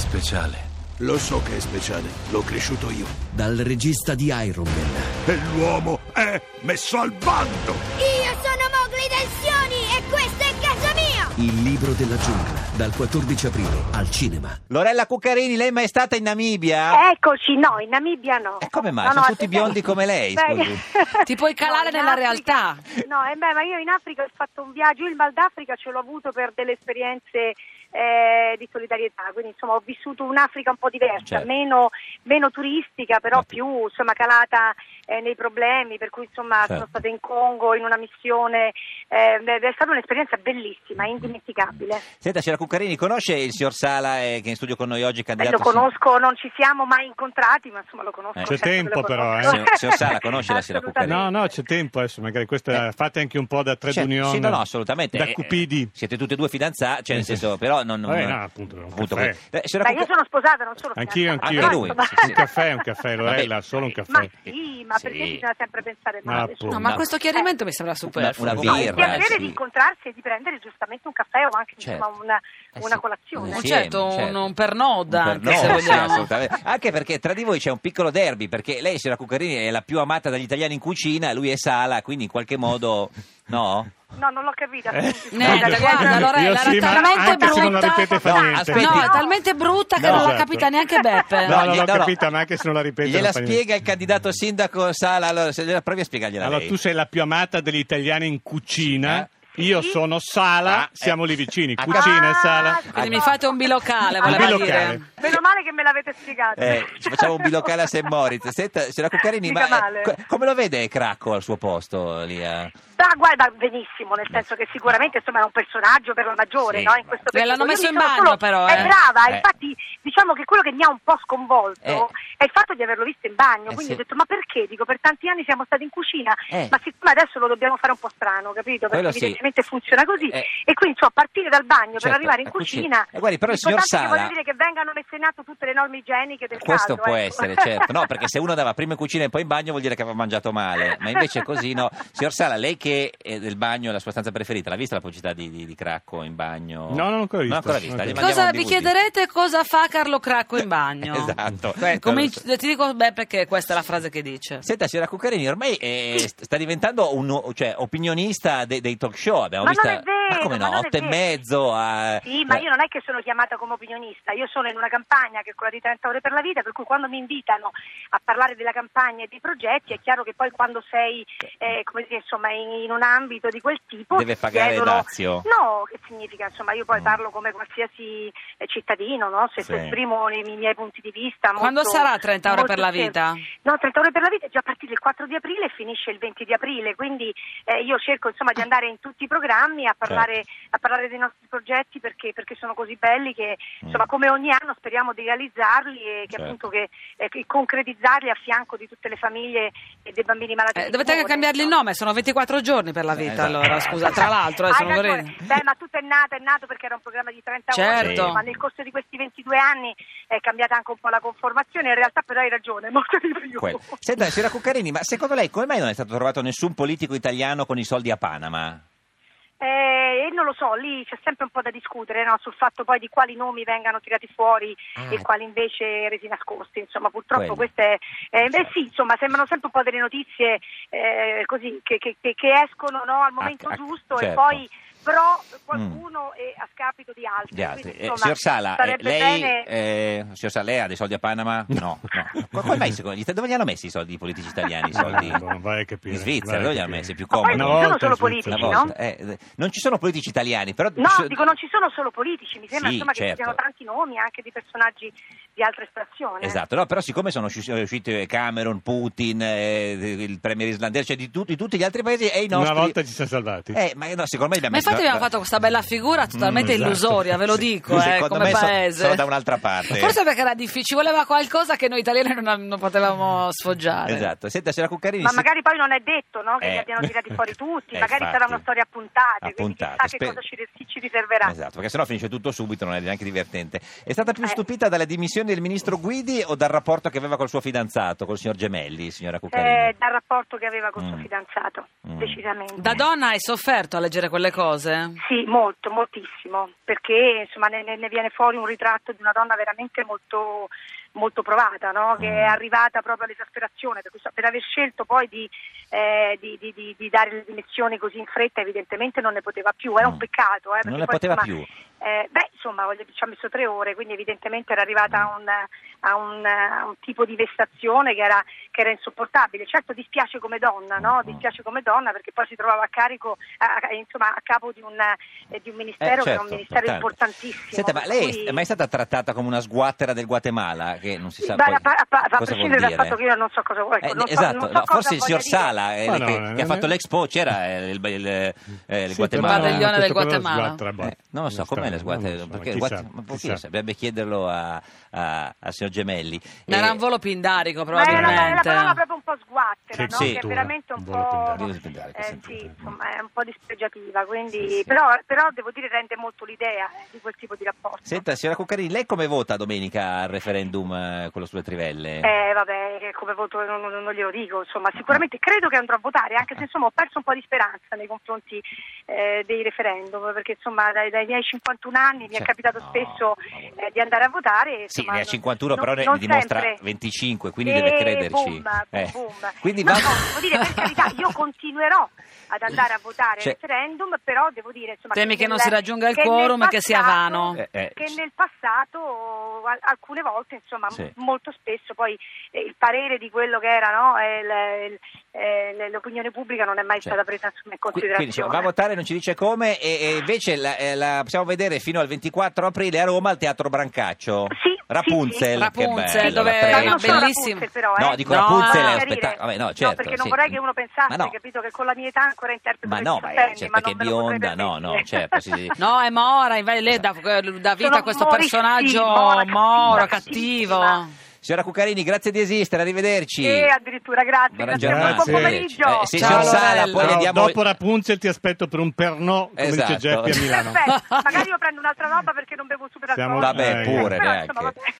speciale. Lo so che è speciale, l'ho cresciuto io. Dal regista di Iron Man. E l'uomo è messo al bando! Io sono Mowgli Tensioni e questo è casa mia! Il libro della giungla, dal 14 aprile al cinema. Lorella Cuccarini, lei mai è stata in Namibia? Eccoci, no, in Namibia no. E come mai? No, Sono no, tutti biondi come lei, scusi. Ti puoi calare in nella Africa- realtà. No, ma io in Africa ho fatto un viaggio, io il Mal d'Africa ce l'ho avuto per delle esperienze di solidarietà, quindi insomma ho vissuto un'Africa un po' diversa, Certo. meno turistica, però più insomma calata nei problemi, per cui insomma Certo. sono stata in Congo in una missione, è stata un'esperienza bellissima, indimenticabile. Senta, signora Cuccarini, conosce il signor Sala che è in studio con noi oggi, Lo candidato? conosco, non ci siamo mai incontrati, ma insomma lo conosco. C'è certo che tempo lo però, conosco. Signor Sala, conosce la signora Cuccarini? No, c'è tempo adesso, magari questa fate anche un po' da trade Certo, union. sì, no, assolutamente. Da Cupidi. Siete tutti e due fidanzati, cioè nel senso, però non... Vabbè, no, appunto, un caffè. signora Io sono sposata, non sono Anch'io. Anche lui. insomma. Sì, sì. Un caffè, Lorella, solo un caffè. Ma sì, ma Sì. perché bisogna sempre pensare male? appunto. No, ma questo chiarimento mi sembra superfluo. Una No, il birra, piacere sì. di incontrarsi e di prendere giustamente un caffè o anche Certo. insomma, una Sì. colazione. Insieme, Certo, certo. un pernoda, Un anche perno, se sì, vogliamo. assolutamente. Anche perché tra di voi c'è un piccolo derby, perché lei, signora Cuccarini, è la più amata dagli italiani in cucina, lui è Sala, quindi in qualche modo... No? No, non l'ho capita. Niente, guarda, Lorella, Io sì, era ma talmente anche se non la brutta. ripete fa No, niente. aspetti. No, è talmente brutta che No, non l'ha esatto. capita neanche Beppe. No, non l'ho no, no. capita, ma anche se non la ripete Gliela non fa niente. spiega il candidato sindaco Sala, allora se gliela provi a spiegargliela Allora, lei. tu sei la più amata degli italiani in cucina. Io sono Sala, siamo lì vicini. Ah, Cucina e Sala. Quindi mi fate un bilocale, Un voleva bilocale. dire. Meno male che me l'avete spiegato. Ci facciamo un bilocale a St. Moritz. Senta, signora Cuccarini, Mica ma male. come lo vede Cracco al suo posto lì a... Guarda, benissimo, nel senso che sicuramente insomma è un personaggio per la maggiore, Sì. no? In questo Ve l'hanno periodo. messo Io in mi sono bagno, però, È brava, Eh. infatti diciamo che quello che mi ha un po' sconvolto è il fatto di averlo visto in bagno, quindi sì. ho detto ma perché? Dico, per tanti anni siamo stati in cucina, Eh. ma siccome adesso lo dobbiamo fare un po' strano, capito? Perché Quello sì. evidentemente funziona così, Eh. e quindi insomma partire dal bagno Certo, per arrivare in a cucina. cucina, Guardi, però il signor l'importante è che Sala- voglio dire che vengano messe in atto tutte le norme igieniche del Questo caso. può ecco. essere, certo. No, perché se uno andava prima in cucina e poi in bagno vuol dire che aveva mangiato male. Ma invece così no. Signor Sala, lei che è del bagno è la sua stanza preferita, l'ha vista la pubblicità di Cracco in bagno? No, non ho ancora vista. Non ancora vista. Non gli ho mandiamo Cosa un vi DVD. chiederete cosa fa Carlo Cracco in bagno? Esatto. Ti dico Beppe che questa è la frase che dice. Senta, signora Cuccarini, ormai sta diventando opinionista dei talk show. Abbiamo Ma visto. non è vero, Ma come no? ma non è 8 e vero. mezzo. Sì, ma io non è che sono chiamata come opinionista, io sono in una campagna che è quella di 30 ore per la vita, per cui quando mi invitano a parlare della campagna e dei progetti è chiaro che poi quando sei come dire, insomma, in un ambito di quel tipo Deve ti pagare chiedono... dazio. No, che significa? Insomma, io poi parlo come qualsiasi cittadino, no? Se Sì. esprimo i miei punti di vista. Quando molto- sarà 30 ore molto per la semplice. vita? No, 30 ore per la vita è già partito il 4 di aprile e finisce il 20 di aprile, quindi io cerco insomma di andare in tutti i programmi a parlare dei nostri progetti perché sono così belli che insomma come ogni anno speriamo di realizzarli e che Certo. appunto che concretizzarli a fianco di tutte le famiglie e dei bambini malati di Dovete anche cuore, cambiargli il insomma. nome, sono 24 giorni per la vita, Esatto. allora, scusa, tra l'altro, Hai non ragione. vorrei... Beh, ma tutto è nato perché era un programma di 30 Certo. ore, ma nel corso di questi 22 anni è cambiata anche un po' la conformazione, in realtà però hai ragione, molto di più. Senta, signora Cuccarini, ma secondo lei come mai non è stato trovato nessun politico italiano con i soldi a Panama? Non lo so, lì c'è sempre un po' da discutere, no? Sul fatto poi di quali nomi vengano tirati fuori e quali invece resi nascosti. Insomma, purtroppo queste sì, insomma, sembrano sempre un po' delle notizie così che escono, no, al momento giusto certo. e poi però qualcuno è a scapito di altri. Quindi, insomma, Signor Sala, sarebbe bene... signor Sala, lei ha dei soldi a Panama? No. Come mai secondo gli dove li hanno messi i soldi i politici italiani? I soldi Vai a capire. in Svizzera, vai a dove li hanno capire. messi? È più Ma poi comodo. non ci sono volta solo in politici, Una no? volta. Non ci sono politici italiani, però No, dico non ci sono solo politici, mi sembra Sì, insomma che ci certo. siano tanti nomi anche di personaggi di altra estrazione. Esatto, no, però siccome sono usciti Cameron, Putin, il premier islandese, cioè di tutti gli altri paesi e i nostri... Una volta ci siamo salvati. Ma no, secondo me li abbiamo Ma infatti abbiamo fatto questa bella figura totalmente esatto. illusoria, ve lo dico, Secondo come me paese. sono da un'altra parte. Forse perché era difficile, ci voleva qualcosa che noi italiani non potevamo sfoggiare. Esatto, senta, signora Cuccarini... Ma magari poi non è detto, no? Che li abbiano tirati fuori tutti, magari sarà una storia a puntate, quindi chissà che cosa ci riserverà. Esatto, perché sennò finisce tutto subito, non è neanche divertente. È stata più stupita dalle dimissioni del ministro Guidi o dal rapporto che aveva col suo fidanzato, col signor Gemelli, signora Cuccarini? Dal rapporto che aveva col suo fidanzato, decisamente. Da donna hai sofferto a leggere quelle cose? cose? Sì, molto, moltissimo, perché insomma ne viene fuori un ritratto di una donna veramente molto, molto provata, no? Che è arrivata proprio all'esasperazione, per aver scelto poi di dare le dimissioni così in fretta, evidentemente non ne poteva più, è un peccato. Perché Non ne poi, poteva insomma, più? Ci ha messo 3 ore, quindi evidentemente era arrivata a un tipo di vessazione che era insopportabile. Certo dispiace come donna, no? Dispiace come donna perché poi si trovava a capo di un ministero, che è un ministero importantissimo. Senta, ma lei è mai stata trattata come una sguattera del Guatemala? Che non si sa a cosa vuol prescindere dal dire. fatto che io non so cosa vuoi. Esatto, forse il signor Sala che ha fatto l'Expo, c'era il Guatemala. Il padiglione del Guatemala. Non lo so, com'è le sguatte? Perché dovrebbe chiederlo al signor Gemelli. Era un volo pindarico, Ma è probabilmente. la parola proprio un po' sguattera, no? Sì. Che è veramente un Volo po', insomma, è un po' dispregiativa, quindi però devo dire rende molto l'idea di quel tipo di rapporto. Senta, signora Cuccarini, lei come vota domenica al referendum, quello sulle trivelle? Vabbè, come voto non glielo dico, insomma, sicuramente credo che andrò a votare, anche se insomma ho perso un po' di speranza nei confronti dei referendum, perché insomma dai miei 51 anni mi è capitato spesso di andare a votare. Sì, insomma, ne ha 51, però ne non dimostra sempre. 25, quindi deve crederci. Boom. Quindi No, devo dire, per carità, io continuerò ad andare a votare al Cioè- referendum, però devo dire insomma, Temi che non nel- si raggiunga il che quorum nel e che sia passato- vano. che nel passato alcune volte, insomma, Sì. molto spesso poi il parere di quello che era, no, l'opinione pubblica non è mai stata presa in considerazione. Quindi va a votare, non ci dice come, e invece la possiamo vedere fino al 24 aprile a Roma al Teatro Brancaccio. Sì, Rapunzel, sì. che Rapunzel, bello, dove la è prego. una Non sono bellissima- Rapunzel, però, No, dico No, Rapunzel è un chiarire. spettacolo. Vabbè, no, certo, perché non sì. vorrei che uno pensasse, Ma no. capito, che con la mia età ancora interpreto Ma le no, ma diciottenni, certo ma che è non me lo potrei bionda, no, permettere. certo, sì. No, è Mora, lei dà vita Sono a questo morissima, personaggio Mora, moro, cattivissima. cattivo. Signora Cuccarini, grazie di esistere, arrivederci. E addirittura grazie, Buona grazie a voi, giornata. buon pomeriggio. Sì, Ciao, signor Sala, Lorella. poi le diamo... Dopo Rapunzel ti aspetto per un Pernod, come Esatto. dice Geppi a Milano. Perfetto, magari io prendo un'altra roba perché non bevo super alcolico. Vabbè, pure, Però, neanche. insomma, vabbè.